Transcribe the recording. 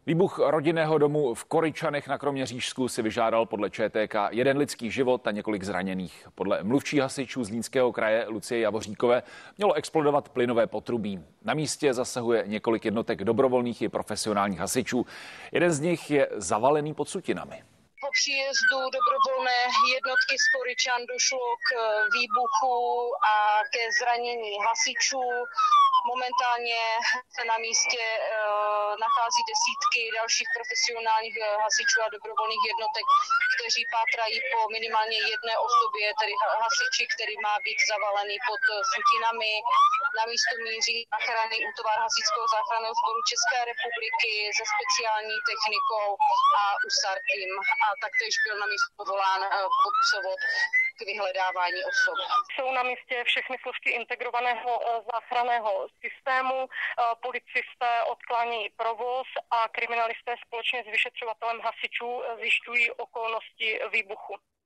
Výbuch rodinného domu v Koryčanech na Kroměřížsku si vyžádal podle ČTK jeden lidský život a několik zraněných. Podle mluvčí hasičů Zlínského kraje Lucie Javoříkové mělo explodovat plynové potrubí. Na místě zasahuje několik jednotek dobrovolných i profesionálních hasičů. Jeden z nich je zavalený pod sutinami. Po příjezdu dobrovolné jednotky z Koryčan došlo k výbuchu a ke zranění hasičů. Momentálně se na místě nachází desítky dalších profesionálních hasičů a dobrovolných jednotek, kteří pátrají po minimálně jedné osobě, tedy hasiči, který má být zavalený pod sutinami. Na místo míří záchranný útvar Hasičského záchranného sboru České republiky se speciální technikou a USAR tým. A taktéž byl na místo povolán podsovod k vyhledávání osob. Jsou na místě všechny složky integrovaného záchranného systému, policisté odklánějí provoz a kriminalisté společně s vyšetřovatelem hasičů zjišťují okolnosti výbuchu.